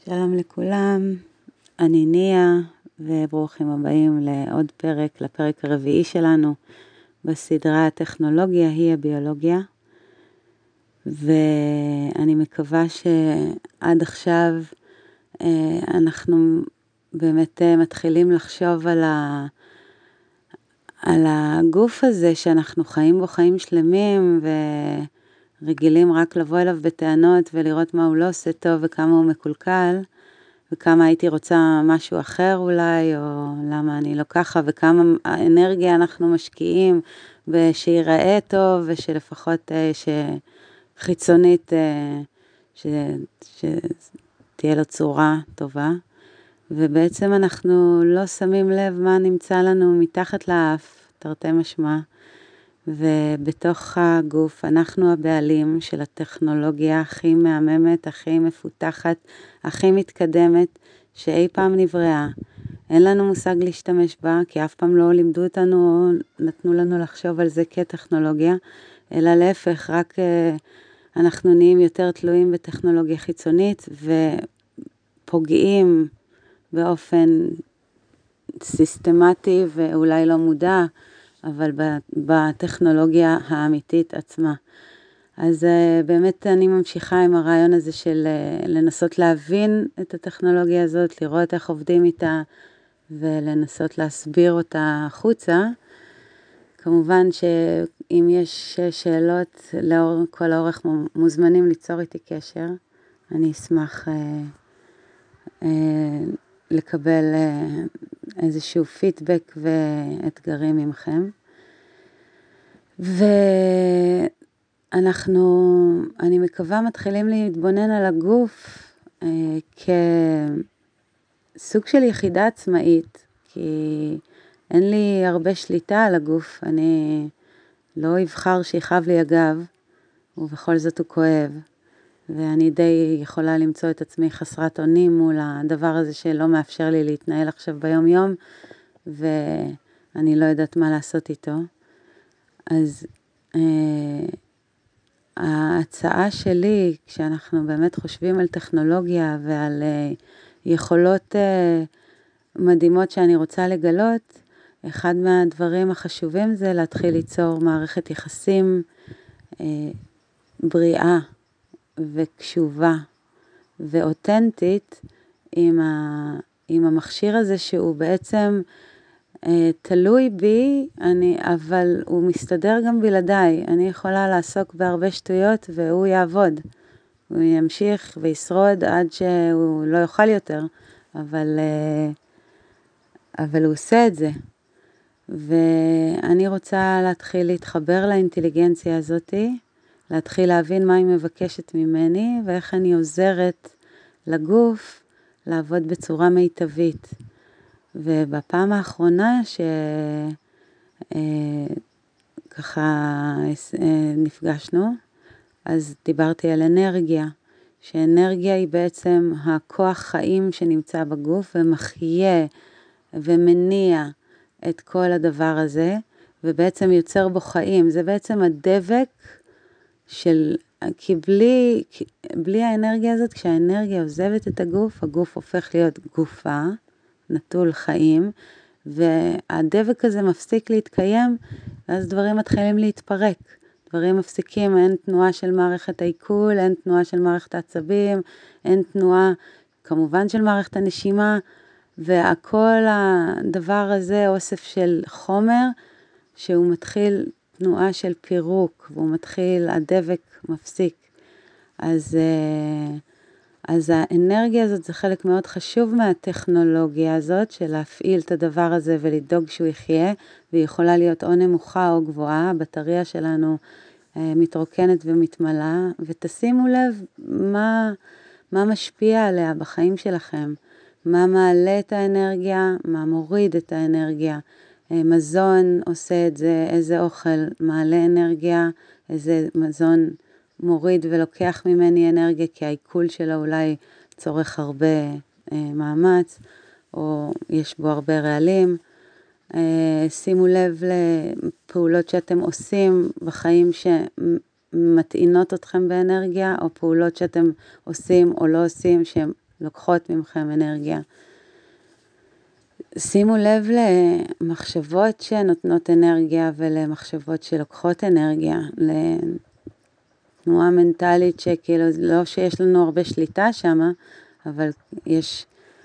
שלום לכולם, אני ניה וברוכים הבאים לעוד פרק, לפרק הרביעי שלנו בסדרה הטכנולוגיה היא הביולוגיה. ואני מקווה שעד עכשיו אנחנו באמת מתחילים לחשוב על הגוף הזה שאנחנו חיים בו חיים שלמים ורגילים רק לבוא אליו בטענות ולראות מה הוא לא עושה טוב וכמה הוא מקולקל וכמה הייתי רוצה משהו אחר אולי, או למה אני לא ככה, וכמה אנרגיה אנחנו משקיעים ושיראה טוב ושלפחות שחיצונית שתהיה לו צורה טובה. ובעצם אנחנו לא שמים לב מה נמצא לנו מתחת לאף, תרתי משמע, ובתוך הגוף אנחנו הבעלים של הטכנולוגיה הכי מהממת, הכי מפותחת, הכי מתקדמת שאי פעם נבראה. אין לנו מושג להשתמש בה, כי אף פעם לא לימדו אותנו, נתנו לנו לחשוב על זה כטכנולוגיה, אלא להפך, רק אנחנו נהיים יותר תלויים בטכנולוגיה חיצונית ופוגעים באופן סיסטמטי ואולי לא מודע, אבל בטכנולוגיה האמיתית עצמה. אז באמת אני ממשיכה עם הרעיון הזה של לנסות להבין את הטכנולוגיה הזאת, לראות איך עובדים איתה ולנסות להסביר אותה החוצה. כמובן שאם יש שאלות כל האורך מוזמנים ליצור איתי קשר. אני אשמח לקבל איזשהו פידבק ואתגרים ממכם. אני מקווה מתחילים להתבונן על הגוף כסוג של יחידה עצמאית, כי אין לי הרבה שליטה על הגוף, אני לא אבחר שיכאב לי הגב, ובכל זאת הוא כואב. ואני די יכולה למצוא את עצמי חסרת אונים מול הדבר הזה שלא מאפשר לי להתנהל עכשיו ביום יום, ואני לא יודעת מה לעשות איתו. אז ההצעה שלי, כשאנחנו באמת חושבים על טכנולוגיה ועל יכולות מדהימות שאני רוצה לגלות, אחד מהדברים החשובים זה להתחיל ליצור מערכת יחסים בריאה וקשובה ואותנטית עם המכשיר הזה שהוא בעצם תלוי בי, אבל הוא מסתדר גם בלעדיי. אני יכולה לעסוק בהרבה שטויות והוא יעבוד. הוא ימשיך וישרוד עד שהוא לא יוכל יותר, אבל הוא עושה את זה. ואני רוצה להתחיל להתחבר לאינטליגנציה הזאת, להתחיל להבין מה היא מבקשת ממני ואיך אני עוזרת לגוף לעבוד בצורה מיטבית. ובפעם האחרונה שככה נפגשנו, אז דיברתי על אנרגיה, שאנרגיה היא בעצם הכוח חיים שנמצא בגוף ומחיה ומניע את כל הדבר הזה, ובעצם יוצר בו חיים. זה בעצם הדבק כי בלי האנרגיה הזאת, כשהאנרגיה עוזבת את הגוף, הגוף הופך להיות גופה, נטול חיים, והדבק הזה מפסיק להתקיים, ואז דברים מתחילים להתפרק. דברים מפסיקים, אין תנועה של מערכת העיכול, אין תנועה של מערכת העצבים, אין תנועה כמובן של מערכת הנשימה, והכל הדבר הזה אוסף של חומר, שהוא מתחיל תנועה של פירוק, והוא מתחיל, הדבק מפסיק. אז האנרגיה הזאת זה חלק מאוד חשוב מהטכנולוגיה הזאת, של להפעיל את הדבר הזה ולדאוג שהוא יחיה, והיא יכולה להיות או נמוכה או גבוהה, הבטריה שלנו מתרוקנת ומתמלאה, ותשימו לב מה משפיע עליה בחיים שלכם, מה מעלה את האנרגיה, מה מוריד את האנרגיה, מזון עושה את זה, איזה אוכל מעלה אנרגיה, איזה מזון מוריד ולוקח ממני אנרגיה, כי העיכול שלה אולי צורך הרבה מאמץ, או יש בו הרבה רעלים. שימו לב לפעולות שאתם עושים בחיים שמטעינות אתכם באנרגיה, או פעולות שאתם עושים או לא עושים, שהן לוקחות ממכם אנרגיה. שימו לב למחשבות שנותנות אנרגיה ולמחשבות שלוקחות אנרגיה, לתנועה מנטלית שכאילו לא שיש לנו הרבה שליטה שם, אבל יש,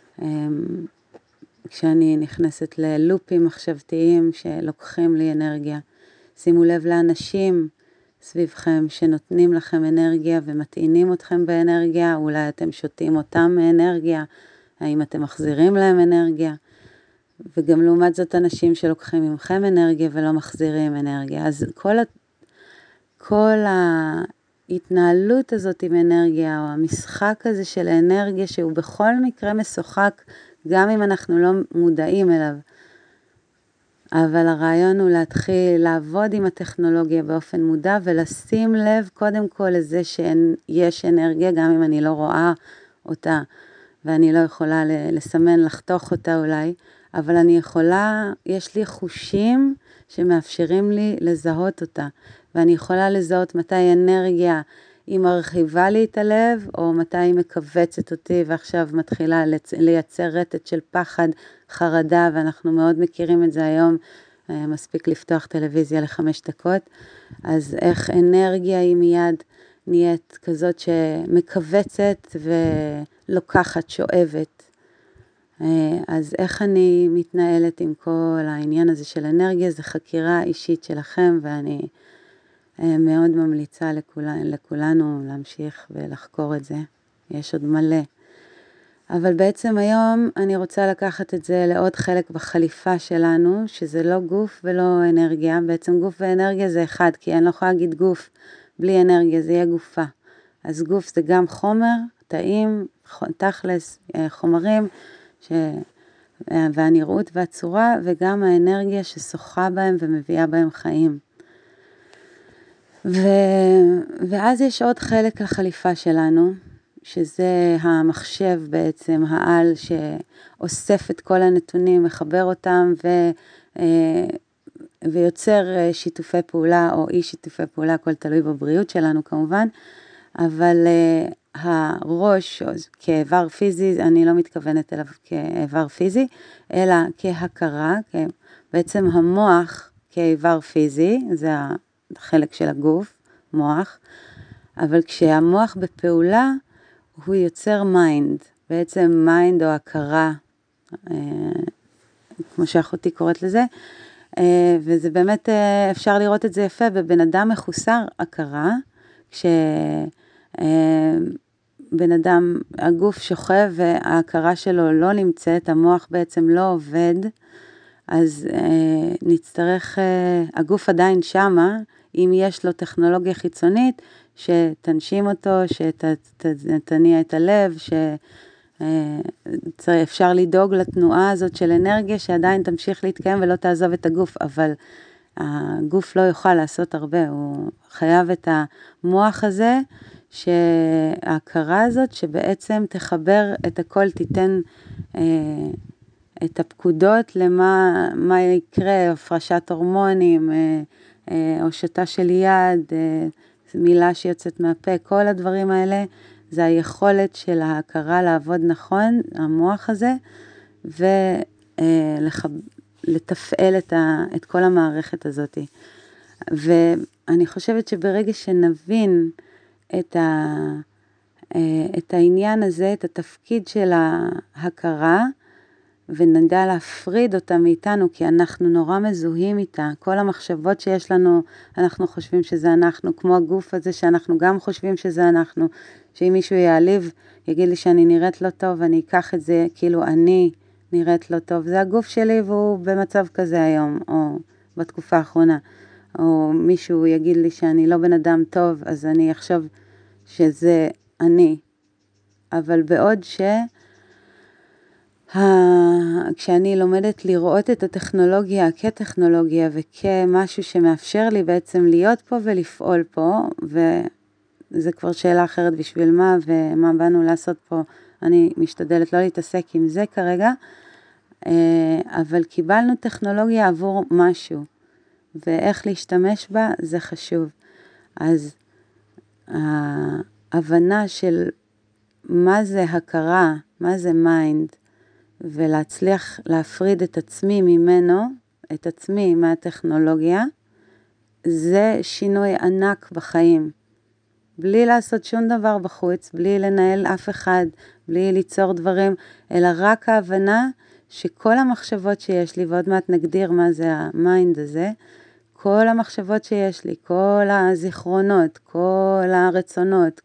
כשאני נכנסת ללופים מחשבתיים שלוקחים לי אנרגיה, שימו לב לאנשים סביבכם שנותנים לכם אנרגיה ומטעינים אתכם באנרגיה, אולי אתם שותים אותם מאנרגיה, האם אתם מחזירים להם אנרגיה, וגם לעומת זאת אנשים שלוקחים ממכם אנרגיה ולא מחזירים אנרגיה. אז כל ההתנהלות הזאת עם אנרגיה, או המשחק הזה של האנרגיה, שהוא בכל מקרה משוחק, גם אם אנחנו לא מודעים אליו. אבל הרעיון הוא להתחיל לעבוד עם הטכנולוגיה באופן מודע, ולשים לב קודם כל לזה שיש אנרגיה, גם אם אני לא רואה אותה, ואני לא יכולה לסמן, לחתוך אותה אולי, אבל אני יכולה, יש לי חושים שמאפשרים לי לזהות אותה, ואני יכולה לזהות מתי אנרגיה היא מרחיבה לי את הלב, או מתי היא מקבצת אותי, ועכשיו מתחילה לייצר רטט של פחד, חרדה, ואנחנו מאוד מכירים את זה היום, מספיק לפתוח טלוויזיה ל5 דקות, אז איך אנרגיה היא מיד נהיית כזאת שמקבצת ולוקחת, שואבת. אז איך אני מתנהלת עם כל העניין הזה של אנרגיה, זה חקירה אישית שלכם, ואני מאוד ממליצה לכולנו להמשיך ולחקור את זה. יש עוד מלא. אבל בעצם היום אני רוצה לקחת את זה לעוד חלק בחליפה שלנו, שזה לא גוף ולא אנרגיה. בעצם גוף ואנרגיה זה אחד, כי אני לא יכולה להגיד גוף בלי אנרגיה, זה יהיה גופה. אז גוף זה גם חומר, תאים, תכלס, חומרים, והנראות והצורה, וגם האנרגיה ששוחה בהם ומביאה בהם חיים. ואז יש עוד חלק לחליפה שלנו, שזה המחשב בעצם, העל שאוסף את כל הנתונים, מחבר אותם ויוצר שיתופי פעולה או אי שיתופי פעולה, הכל תלוי בבריאות שלנו כמובן, אבל הראש כאיבר פיזי, אני לא מתכוונת אליו כאיבר פיזי, אלא כהכרה, בעצם המוח כאיבר פיזי, זה החלק של הגוף, מוח, אבל כשהמוח בפעולה, הוא יוצר מיינד, בעצם מיינד או הכרה, כמו שאחותי קוראת לזה, וזה באמת אפשר לראות את זה יפה, בבן אדם מחוסר הכרה, כשבן אדם, הגוף שוכב וההכרה שלו לא נמצאת, המוח בעצם לא עובד, אז נצטרך, הגוף עדיין שמה, אם יש לו טכנולוגיה חיצונית, שתנשים אותו, שתניע את הלב, שאפשר לדאוג לתנועה הזאת של אנרגיה, שעדיין תמשיך להתקיים ולא תעזוב את הגוף, אבל הגוף לא יוכל לעשות הרבה, הוא חייב את המוח הזה, שההכרה הזאת שבעצם תחבר את הכל, תיתן את הפקודות למה יקרה, הפרשת הורמונים, הושטה של יד, מילה שיוצאת מהפה, כל הדברים האלה, זה היכולת של ההכרה לעבוד נכון, המוח הזה, ולתפעל את כל המערכת הזאת. ואני חושבת שברגע שנבין את העניין הזה, את התפקיד של ההכרה, ונדע להפריד אותה מאיתנו, כי אנחנו נורא מזוהים איתה. כל המחשבות שיש לנו, אנחנו חושבים שזה אנחנו, כמו הגוף הזה שאנחנו גם חושבים שזה אנחנו, שאם מישהו יעליב, יגיד לי שאני נראית לא טוב, אני אקח את זה כאילו אני נראית לא טוב. זה הגוף שלי והוא במצב כזה היום, או בתקופה האחרונה. או מישהו יגיד לי שאני לא בן אדם טוב, אז אני אחשוב שזה אני. אבל בעוד כשאני לומדת לראות את הטכנולוגיה כטכנולוגיה וכמשהו שמאפשר לי בעצם להיות פה ולפעול פה, וזה כבר שאלה אחרת בשביל מה ומה באנו לעשות פה, אני משתדלת לא להתעסק עם זה כרגע, אבל קיבלנו טכנולוגיה עבור משהו, ואיך להשתמש בה זה חשוב. אז ההבנה של מה זה הכרה, מה זה מיינד, ולהצליח להפריד את עצמי ממנו, את עצמי מהטכנולוגיה, זה שינוי ענק בחיים. בלי לעשות שום דבר בחוץ, בלי לנהל אף אחד, בלי ליצור דברים, אלא רק ההבנה שכל המחשבות שיש לי, ועוד מעט נגדיר מה זה המיינד הזה, כל המחשבות שיש לי, כל הזיכרונות, כל הרצונות,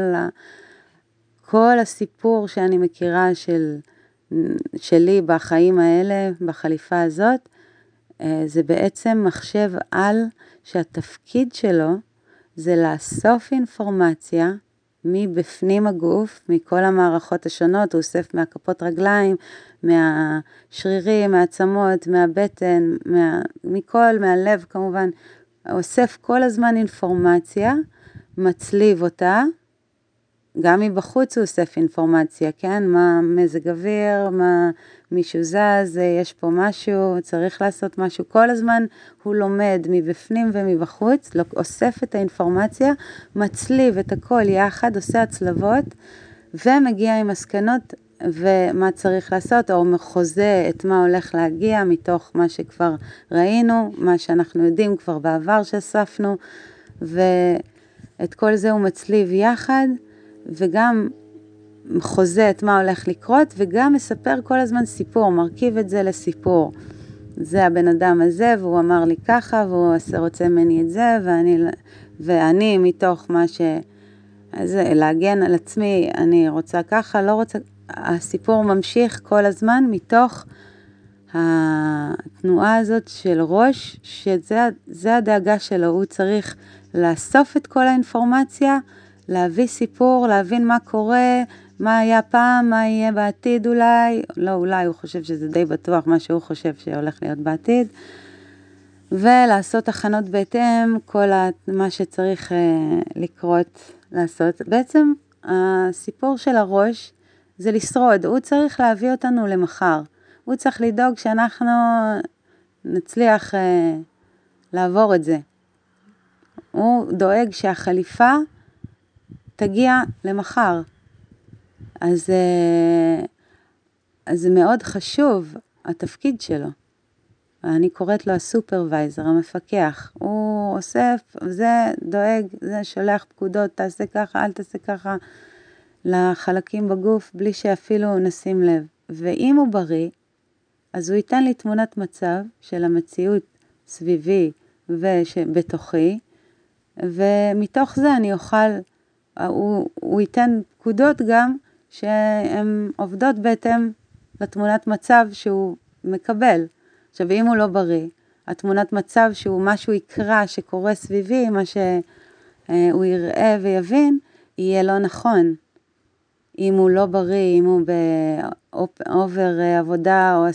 כל הסיפור שאני מכירה שלי בחיים האלה, בחליפה הזאת, זה בעצם מחשב על שהתפקיד שלו זה לאסוף אינפורמציה מבפנים הגוף, מכל המערכות השונות, הוא אוסף מהכפות רגליים, מהשרירים, מהעצמות, מהבטן, מהלב כמובן, אוסף כל הזמן אינפורמציה, מצליב אותה, גם מבחוץ הוא אוסף אינפורמציה, כן? מה מזג אוויר, מה מישהו זז, יש פה משהו, צריך לעשות משהו. כל הזמן הוא לומד מבפנים ומבחוץ, אוסף את האינפורמציה, מצליב את הכל יחד, עושה הצלבות, ומגיע עם מסקנות ומה צריך לעשות, או מחוזה את מה הולך להגיע מתוך מה שכבר ראינו, מה שאנחנו יודעים כבר בעבר שאספנו, ואת כל זה הוא מצליב יחד, וגם חוזה את מה הולך לקרות, וגם מספר כל הזמן סיפור, מרכיב את זה לסיפור. זה הבן אדם הזה, והוא אמר לי ככה, והוא רוצה ממני את זה, ואני מתוך מה אז להגן על עצמי, אני רוצה ככה, לא רוצה, הסיפור ממשיך כל הזמן מתוך התנועה הזאת של ראש, שזה הדאגה שלו, הוא צריך לאסוף את כל האינפורמציה, להביא סיפור, להבין מה קורה, מה היה פעם, מה יהיה בעתיד אולי, לא אולי, הוא חושב שזה די בטוח מה שהוא חושב שהולך להיות בעתיד, ולעשות הכנות בהתאם, כל מה שצריך לקרות, לעשות. בעצם הסיפור של הראש זה לשרוד, הוא צריך להביא אותנו למחר, הוא צריך לדאוג שאנחנו נצליח לעבור את זה. הוא דואג שהחליפה תגיע למחר. אז זה מאוד חשוב, התפקיד שלו. אני קוראת לו הסופרוויזר, המפקח. הוא אוסף, זה דואג, זה שולח פקודות, תעשה ככה, אל תעשה ככה, לחלקים בגוף, בלי שאפילו נשים לב. ואם הוא בריא, אז הוא ייתן לי תמונת מצב של המציאות סביבי ובתוכי, ומתוך זה אני אוכל, הוא ייתן פקודות גם שהן עובדות בהתאם לתמונת מצב שהוא מקבל. עכשיו, אם הוא לא בריא, התמונת מצב שהוא משהו יקרא שקורה סביבי, מה שהוא יראה ויבין, יהיה לא נכון. אם הוא לא בריא, אם הוא באובר עבודה או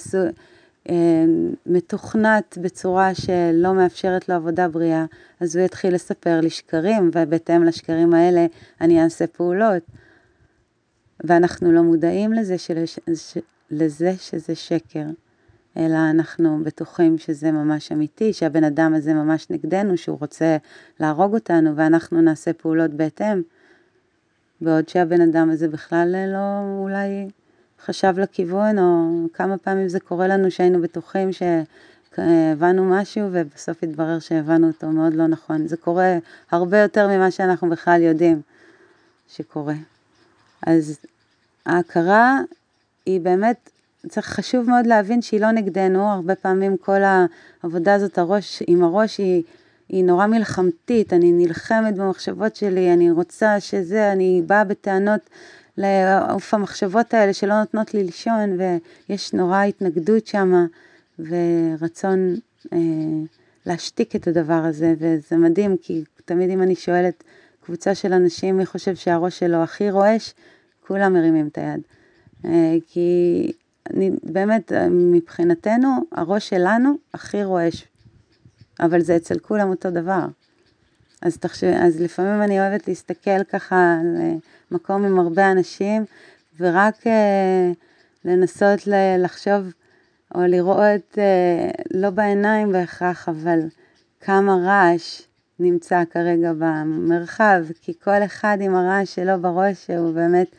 מתוכנת בצורה שלא מאפשרת לו עבודה בריאה, אז הוא יתחיל לספר לי שקרים, ובהתאם לשקרים האלה אני אעשה פעולות. ואנחנו לא מודעים לזה שזה שקר, אלא אנחנו בטוחים שזה ממש אמיתי, שהבן אדם הזה ממש נגדנו, שהוא רוצה להרוג אותנו, ואנחנו נעשה פעולות בהתאם, בעוד שהבן אדם הזה בכלל לא אולי חשב לכיוון, או כמה פעמים זה קורה לנו שהיינו בטוחים שהבנו משהו, ובסוף התברר שהבנו אותו מאוד לא נכון. זה קורה הרבה יותר ממה שאנחנו בכלל יודעים שקורה. אז ההכרה היא באמת, צריך חשוב מאוד להבין שהיא לא נגדנו, הרבה פעמים כל העבודה הזאת עם הראש היא נורא מלחמתית, אני נלחמת במחשבות שלי, אני רוצה שזה, אני באה בטענות לעוף המחשבות האלה שלא נותנות לי לישון, ויש נורא התנגדות שם, ורצון להשתיק את הדבר הזה, וזה מדהים, כי תמיד אם אני שואלת קבוצה של אנשים, מי חושב שהראש שלו הכי רועש, כולם מרימים את היד. כי באמת, מבחינתנו, הראש שלנו הכי רועש, אבל זה אצל כולם אותו דבר. אז לפעמים אני אוהבת להסתכל ככה על מקום עם הרבה אנשים, ורק לנסות לחשוב או לראות, לא בעיניים בהכרח, אבל כמה רעש נמצא כרגע במרחב, כי כל אחד עם הרעש שלו בראש הוא באמת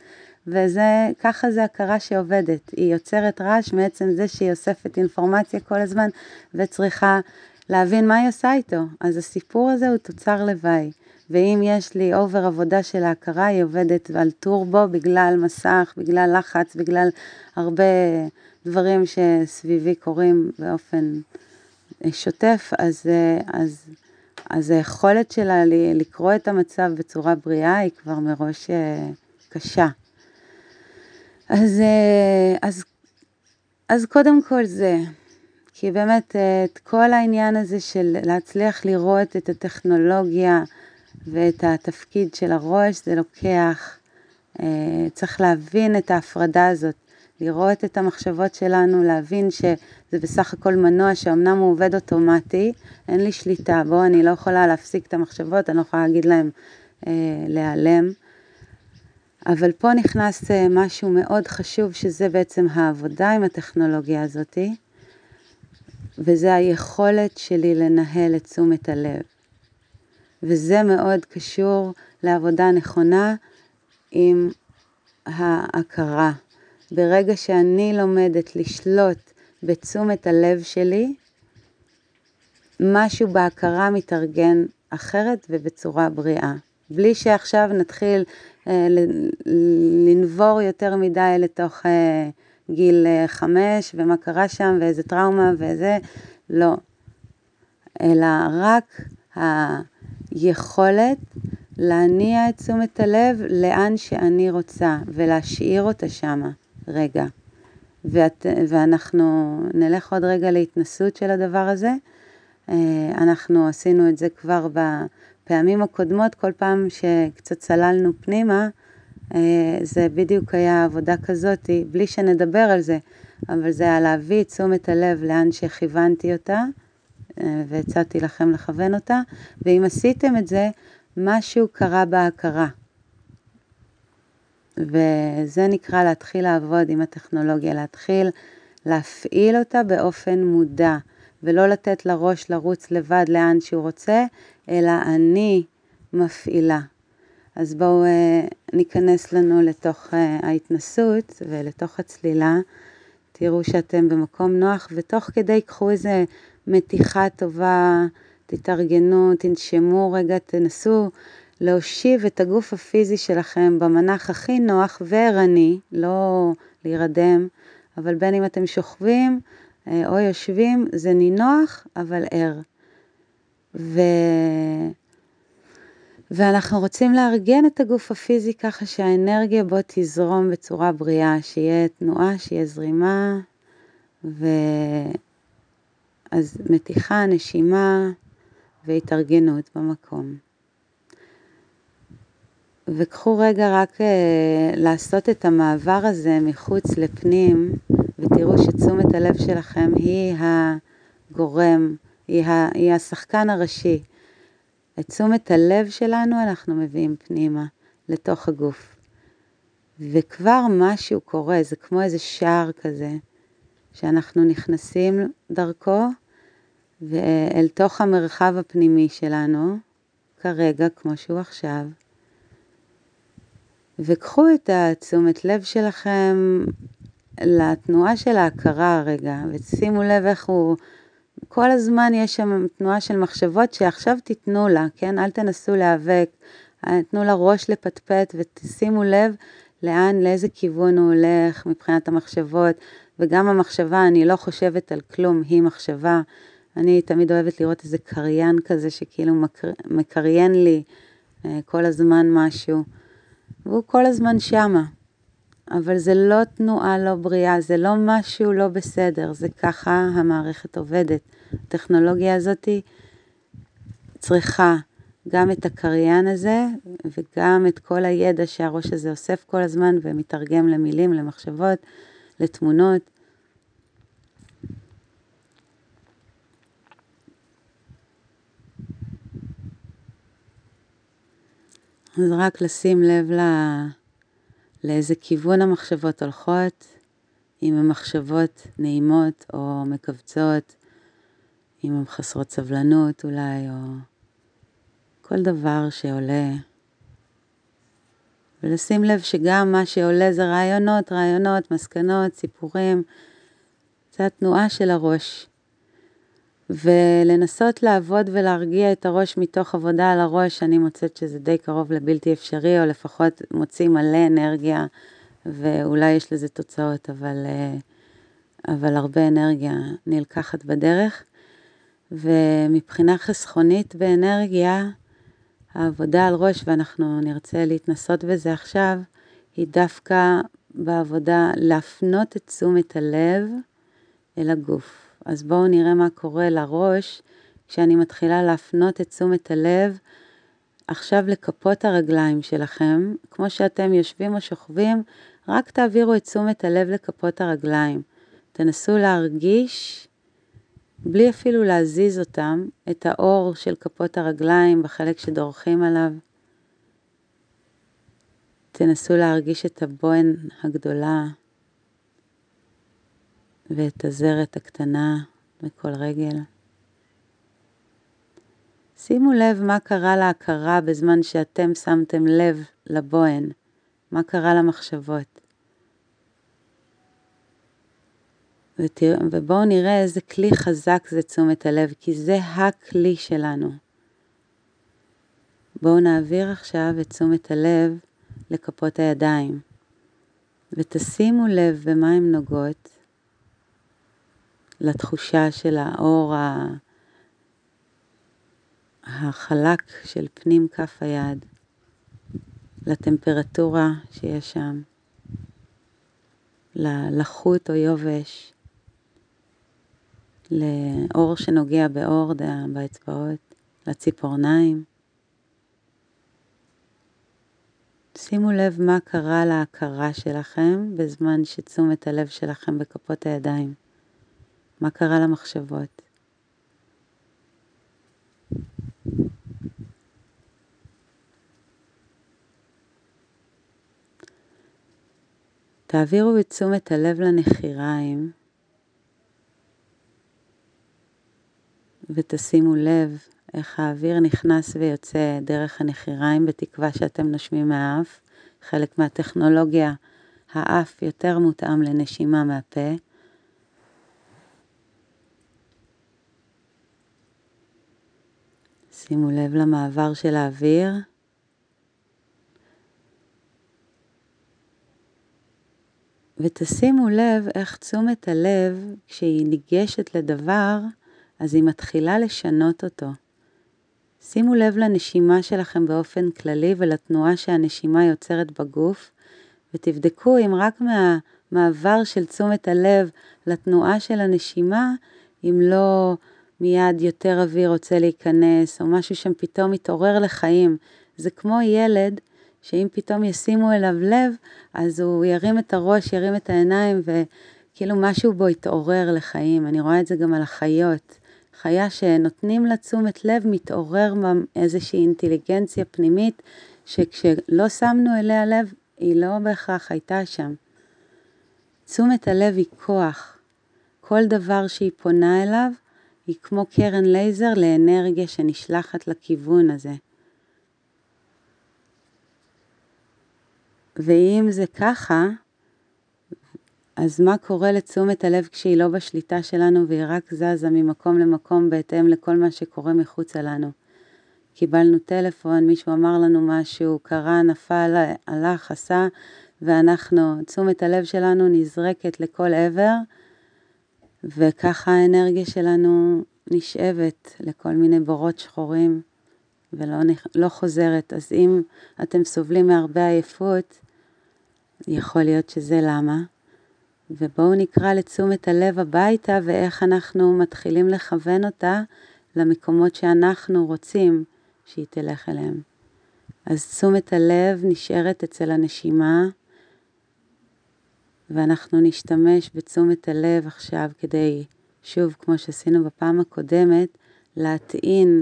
ככה זה הכרה שעובדת. היא יוצרת רעש מעצם זה שהיא אוספת אינפורמציה כל הזמן, וצריכה להבין מה היא עושה איתו. אז הסיפור הזה הוא תוצר לוואי. ואם יש לי אובר עבודה של ההכרה, היא עובדת על טורבו בגלל מסך, בגלל לחץ, בגלל הרבה דברים שסביבי קורים באופן שוטף, אז היכולת שלה לקרוא את המצב בצורה בריאה היא כבר מראש קשה. אז קודם כל זה, כי באמת את כל העניין הזה של להצליח לראות את הטכנולוגיה ואת התפקיד של הראש, זה לוקח, צריך להבין את ההפרדה הזאת, לראות את המחשבות שלנו, להבין שזה בסך הכל מנוע שאומנם הוא עובד אוטומטי, אין לי שליטה בו, אני לא יכולה להפסיק את המחשבות, אני לא יכולה להגיד להם להיעלם. אבל פה נכנס משהו מאוד חשוב, שזה בעצם העבודה עם הטכנולוגיה הזאת, וזה היכולת שלי לנהל את תשומת הלב. וזה מאוד קשור לעבודה נכונה עם ההכרה. ברגע שאני לומדת לשלוט בתשומת הלב שלי, משהו בהכרה מתארגן אחרת ובצורה בריאה. בלי שעכשיו נתחיל לנבור יותר מדי לתוך גיל 5 ומה קרה שם ואיזה טראומה ואיזה, לא. אלא רק היכולת להניע את תשומת הלב לאן שאני רוצה ולהשאיר אותה שמה רגע. ואנחנו נלך עוד רגע להתנסות של הדבר הזה. אנחנו עשינו את זה כבר בפעמים הקודמות, כל פעם שקצת צללנו פנימה, זה בדיוק היה עבודה כזאת, בלי שנדבר על זה, אבל זה היה להביא את תשומת הלב לאן שכיוונתי אותה, והצעתי לכם לכוון אותה, ואם עשיתם את זה, משהו קרה בהכרה. וזה נקרא להתחיל לעבוד עם הטכנולוגיה, להתחיל להפעיל אותה באופן מודע, ולא לתת לראש לרוץ לבד לאן שהוא רוצה, אלא אני מפעילה. אז בואו ניכנס לנו לתוך ההתנסות ולתוך הצלילה, תראו שאתם במקום נוח, ותוך כדי קחו איזה מתיחה טובה, תתארגנו, תנשמו רגע, תנסו להושיב את הגוף הפיזי שלכם במנח הכי נוח וערני, לא להירדם, אבל בין אם אתם שוכבים או יושבים, זה נינוח אבל ער. ואנחנו רוצים לארגן את הגוף הפיזי ככה שהאנרגיה בו תזרום בצורה בריאה, שיהיה תנועה, שיהיה זרימה, אז מתיחה, נשימה והתארגנות במקום. וקחו רגע רק לעשות את המעבר הזה מחוץ לפנים, ותראו שתשומת הלב שלכם היא הגורם, היא השחקן הראשי. את תשומת הלב שלנו אנחנו מביאים פנימה, לתוך הגוף. וכבר משהו קורה, זה כמו איזה שער כזה, שאנחנו נכנסים דרכו, ואל תוך המרחב הפנימי שלנו, כרגע כמו שהוא עכשיו. וקחו את התשומת לב שלכם לתנועה של ההכרה רגע, ושימו לב איך הוא, כל הזמן יש שם תנועה של מחשבות שעכשיו תיתנו לה, כן? אל תנסו להיאבק, תנו לה ראש לפטפט ותשימו לב לאיזה כיוון הוא הולך מבחינת המחשבות, וגם המחשבה, אני לא חושבת על כלום, היא מחשבה. אני תמיד אוהבת לראות איזה קריין כזה שכאילו מקריין לי כל הזמן משהו, והוא כל הזמן שמה. אבל זה לא תנועה לא בריאה, זה לא משהו לא בסדר, זה ככה המערכת עובדת. הטכנולוגיה הזאת צריכה גם את הקריין הזה, וגם את כל הידע שהראש הזה אוסף כל הזמן, ומתרגם למילים, למחשבות, לתמונות. אז רק לשים לב לאיזה כיוון המחשבות הולכות, אם הן מחשבות נעימות או מקבצות, אם הן חסרות סבלנות אולי, או כל דבר שעולה. ולשים לב שגם מה שעולה זה רעיונות, מסקנות, סיפורים, זה התנועה של הראש. ולנסות לעבוד ולהרגיע את הראש מתוך עבודה על הראש, אני מוצאת שזה די קרוב לבלתי אפשרי, או לפחות מוציא מלא אנרגיה, ואולי יש לזה תוצאות, אבל הרבה אנרגיה נלקחת בדרך. ומבחינה חסכונית באנרגיה, העבודה על ראש, ואנחנו נרצה להתנסות בזה עכשיו, היא דווקא בעבודה להפנות את תשומת הלב אל הגוף. אז בואו נראה מה קורה לראש, כשאני מתחילה להפנות את תשומת הלב, עכשיו לכפות הרגליים שלכם, כמו שאתם יושבים או שוכבים, רק תעבירו את תשומת הלב לכפות הרגליים. תנסו להרגיש, בלי אפילו להזיז אותם, את האור של כפות הרגליים בחלק שדורכים עליו. תנסו להרגיש את הבוהן הגדולה, ואת הזרת הקטנה בכל רגל. שימו לב מה קרה להכרה בזמן שאתם שמתם לב לבוהן, מה קרה למחשבות. ובואו נראה איזה כלי חזק זה תשומת הלב, כי זה הכלי שלנו. בואו נעביר עכשיו את תשומת הלב לכפות הידיים, ותשימו לב במה הן נוגעות, לתחושה של האור החלק של פנים כף היד, לטמפרטורה שיש שם, ללחות או יובש, לאור שנוגע באור באצבעות, לציפורניים. שימו לב מה קרה להכרה שלכם בזמן שתשומת הלב שלכם בכפות הידיים. מה קרה למחשבות? תעבירו את תשומת הלב לנחיריים, ותשימו לב איך האוויר נכנס ויוצא דרך הנחיריים, בתקווה שאתם נושמים מהאף. חלק מהטכנולוגיה, האף יותר מותאם לנשימה מהפה. שימו לב למעבר של האוויר. ותשימו לב איך תשומת הלב, כשהיא ניגשת לדבר, אז היא מתחילה לשנות אותו. שימו לב לנשימה שלכם באופן כללי ולתנועה שהנשימה יוצרת בגוף, ותבדקו אם רק מהמעבר של תשומת הלב לתנועה של הנשימה, אם לא מיד יותר אוויר רוצה להיכנס, או משהו שם פתאום מתעורר לחיים. זה כמו ילד שאם פתאום ישימו אליו לב, אז הוא ירים את הראש, ירים את העיניים, וכאילו משהו בו יתעורר לחיים. אני רואה את זה גם על החיות. חיה שנותנים לה תשומת לב, מתעורר איזושהי אינטליגנציה פנימית, שכשלא שמנו אליה לב, היא לא בהכרח הייתה שם. תשומת הלב היא כוח. כל דבר שהיא פונה אליו, היא כמו קרן לייזר לאנרגיה שנשלחת לכיוון הזה. ואם זה ככה, אז מה קורה לתשומת הלב כשהיא לא בשליטה שלנו והיא רק זזה ממקום למקום בהתאם לכל מה שקורה מחוץ לנו? קיבלנו טלפון, מישהו אמר לנו משהו, קרה, נפל, הלך, עשה, ואנחנו, תשומת הלב שלנו נזרקת לכל עבר, וככה האנרגיה שלנו נשאבת לכל מיני בורות שחורים, ולא חוזרת. אז אם אתם סובלים מהרבה עייפות, יכול להיות שזה למה. ובואו נקרא לתשומת הלב הביתה, ואיך אנחנו מתחילים לכוון אותה למקומות שאנחנו רוצים שהיא תלך אליהם. אז תשומת הלב נשארת אצל הנשימה, ואנחנו נשתמש בתשומת הלב עכשיו כדי, שוב כמו שעשינו בפעם הקודמת, להטעין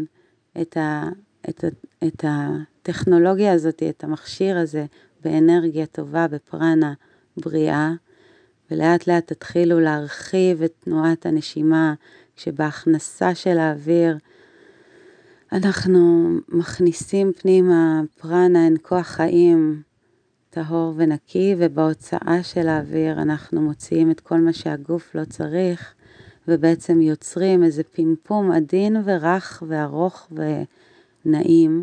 את הטכנולוגיה הזאת, את המכשיר הזה, באנרגיה טובה, בפרנה בריאה, ולאט לאט תתחילו להרחיב את תנועת הנשימה, כשבהכנסה של האוויר אנחנו מכניסים פנימה פרנה, אין כוח חיים, טהור ונקי, ובהוצאה של האוויר אנחנו מוציאים את כל מה שהגוף לא צריך, ובעצם יוצרים איזה פימפום עדין ורך וארוך ונעים,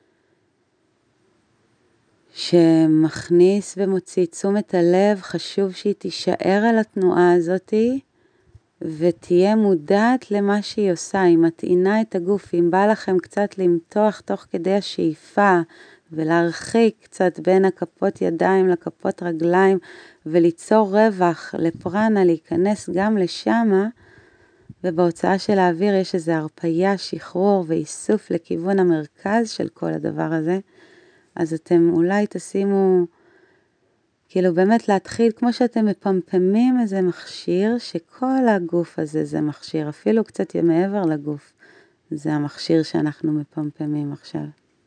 שמכניס ומוציא תשומת הלב. חשוב שהיא תישאר על התנועה הזאת, ותהיה מודעת למה שהיא עושה. היא מטעינה את הגוף. אם בא לכם קצת למתוח תוך כדי השאיפה, ולהרחיק קצת בין הכפות ידיים לכפות רגליים, וליצור רווח לפרנה, להיכנס גם לשמה, ובהוצאה של האוויר יש איזו הרפאיה, שחרור ואיסוף לכיוון המרכז של כל הדבר הזה. אז אתם אולי תשימו, כאילו באמת להתחיל, כמו שאתם מפמפמים איזה מכשיר, שכל הגוף הזה זה מכשיר, אפילו קצת מעבר לגוף, זה המכשיר שאנחנו מפמפמים עכשיו.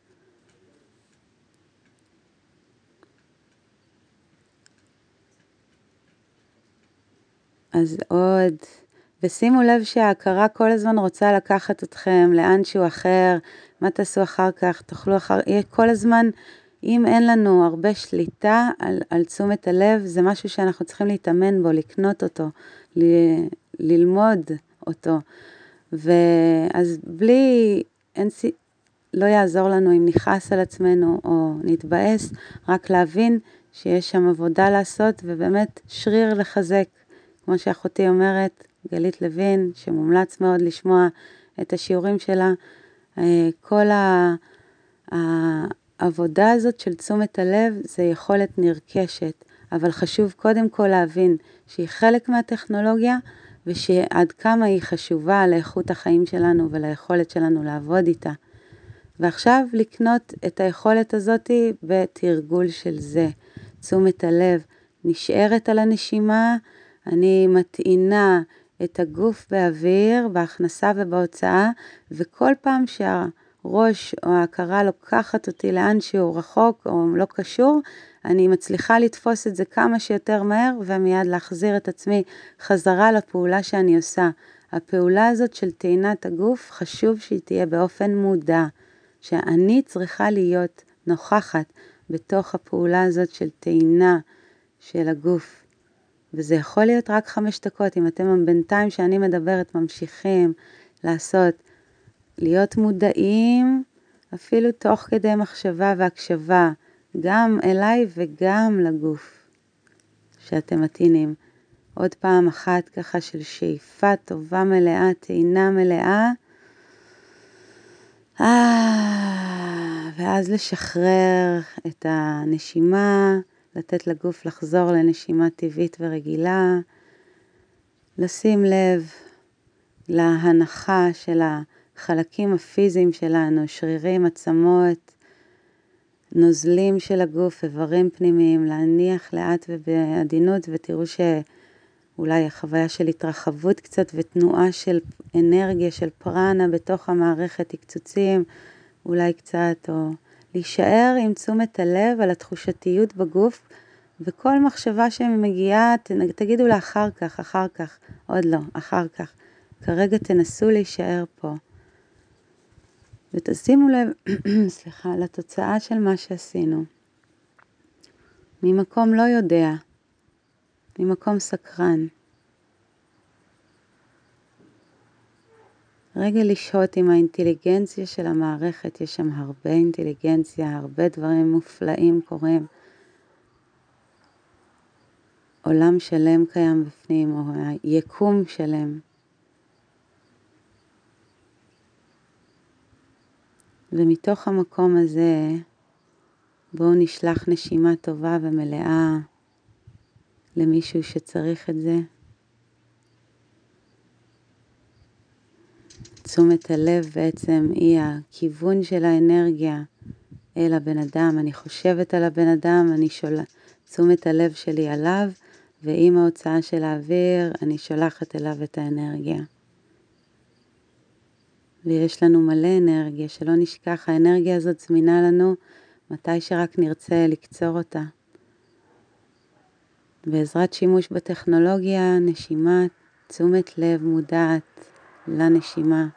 אז עוד, ושימו לב שההכרה כל הזמן רוצה לקחת אתכם לאנשהו אחר, מה תעשו אחר כך, תאכלו אחר, כל הזמן, אם אין לנו הרבה שליטה על תשומת הלב, זה משהו שאנחנו צריכים להתאמן בו, לקנות אותו, ללמוד אותו. ואז בלי, לא יעזור לנו אם נכעס על עצמנו או נתבאס, רק להבין שיש שם עבודה לעשות, ובאמת שריר לחזק. כמו שאחותי אומרת, גלית לוין, שמומלץ מאוד לשמוע את השיעורים שלה, כל העבודה הזאת של תשומת הלב זה יכולת נרכשת, אבל חשוב קודם כל להבין שהיא חלק מהטכנולוגיה, ושעד כמה היא חשובה לאיכות החיים שלנו וליכולת שלנו לעבוד איתה. ועכשיו לקנות את היכולת הזאת בתרגול של זה. תשומת הלב נשארת על הנשימה, אני מטעינה את הגוף באוויר, בהכנסה ובהוצאה, וכל פעם שהראש או ההכרה לוקחת אותי לאן שהוא רחוק או לא קשור, אני מצליחה לתפוס את זה כמה שיותר מהר, ומיד להחזיר את עצמי חזרה לפעולה שאני עושה. הפעולה הזאת של טעינת הגוף, חשוב שהיא תהיה באופן מודע, שאני צריכה להיות נוכחת בתוך הפעולה הזאת של טעינה של הגוף. וזה יכול להיות רק 5 דקות, אם אתם בינתיים שאני מדברת ממשיכים לעשות, להיות מודעים, אפילו תוך כדי מחשבה והקשבה, גם אליי וגם לגוף שאתם מתאינים. עוד פעם אחת ככה של שאיפה טובה מלאה, טעינה מלאה, ואז לשחרר את הנשימה, לתת לגוף לחזור לנשימה טבעית ורגילה, לשים לב להנחה של החלקים הפיזיים שלנו, שרירים, עצמות, נוזלים של הגוף, איברים פנימיים, להניח לאט ובעדינות, ותראו שאולי החוויה של התרחבות קצת ותנועה של אנרגיה, של פרנה בתוך המערכת, הקצוצים, אולי קצת, או להישאר עם תשומת הלב על התחושתיות בגוף, וכל מחשבה שמגיעה, תגידו לה אחר כך, עוד לא, אחר כך. כרגע תנסו להישאר פה. ותשימו לב, לתוצאה של מה שעשינו. ממקום לא יודע, ממקום סקרן. רגע לשהות עם האינטליגנציה של המערכת, יש שם הרבה אינטליגנציה, הרבה דברים מופלאים קורים. עולם שלם קיים בפנים, או יקום שלם. ומתוך המקום הזה, בואו נשלח נשימה טובה ומלאה למישהו שצריך את זה. תשומת הלב בעצם היא הכיוון של האנרגיה אל הבן אדם. אני חושבת על הבן אדם, אני תשומת הלב שלי עליו, ועם ההוצאה של האוויר אני שולחת אליו את האנרגיה. ויש לנו מלא אנרגיה, שלא נשכח, האנרגיה הזאת זמינה לנו מתי שרק נרצה לקצור אותה. בעזרת שימוש בטכנולוגיה, נשימה, תשומת לב מודעת לנשימה.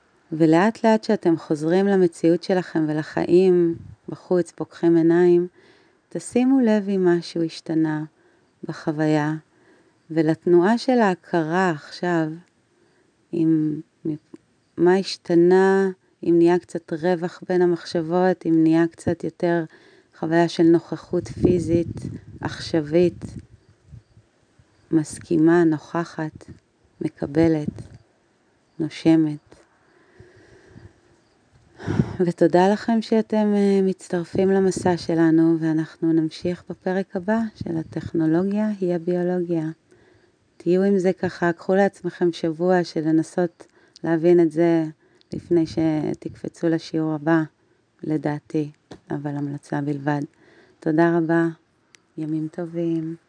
ולאט לאט שאתם חוזרים למציאות שלכם ולחיים בחוץ, פוקחים עיניים, תשימו לב אם משהו השתנה בחוויה, ולתנועה של ההכרה עכשיו, אם מה השתנה, אם נהיה קצת רווח בין המחשבות, אם נהיה קצת יותר חוויה של נוכחות פיזית, עכשווית, מסכימה, נוכחת, מקבלת, נושמת. ותודה לכם שאתם מצטרפים למסע שלנו, ואנחנו נמשיך בפרק הבא של הטכנולוגיה היא הביולוגיה. תהיו עם זה ככה, קחו לעצמכם שבוע של לנסות להבין את זה לפני שתקפצו לשיעור הבא, לדעתי, אבל המלצה בלבד. תודה רבה, ימים טובים.